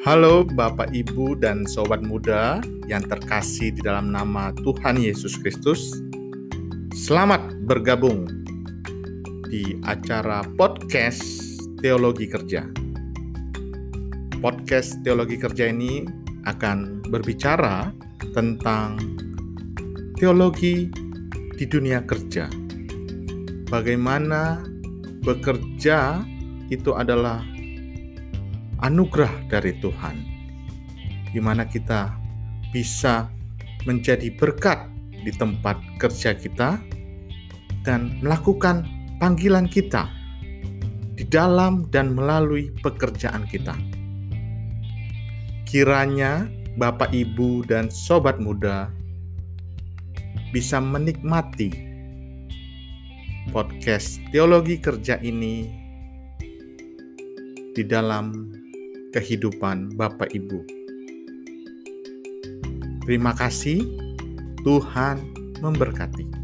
Halo Bapak, Ibu, dan Sobat Muda yang terkasih di dalam nama Tuhan Yesus Kristus. Selamat bergabung di acara Podcast Teologi Kerja. Podcast Teologi Kerja ini akan berbicara tentang teologi di dunia kerja. Bagaimana bekerja itu adalah anugerah dari Tuhan, di mana kita bisa menjadi berkat di tempat kerja kita dan melakukan panggilan kita di dalam dan melalui pekerjaan kita. Kiranya Bapak, Ibu, dan Sobat Muda bisa menikmati podcast Teologi Kerja ini di dalam kehidupan Bapak Ibu. Terima kasih, Tuhan memberkati.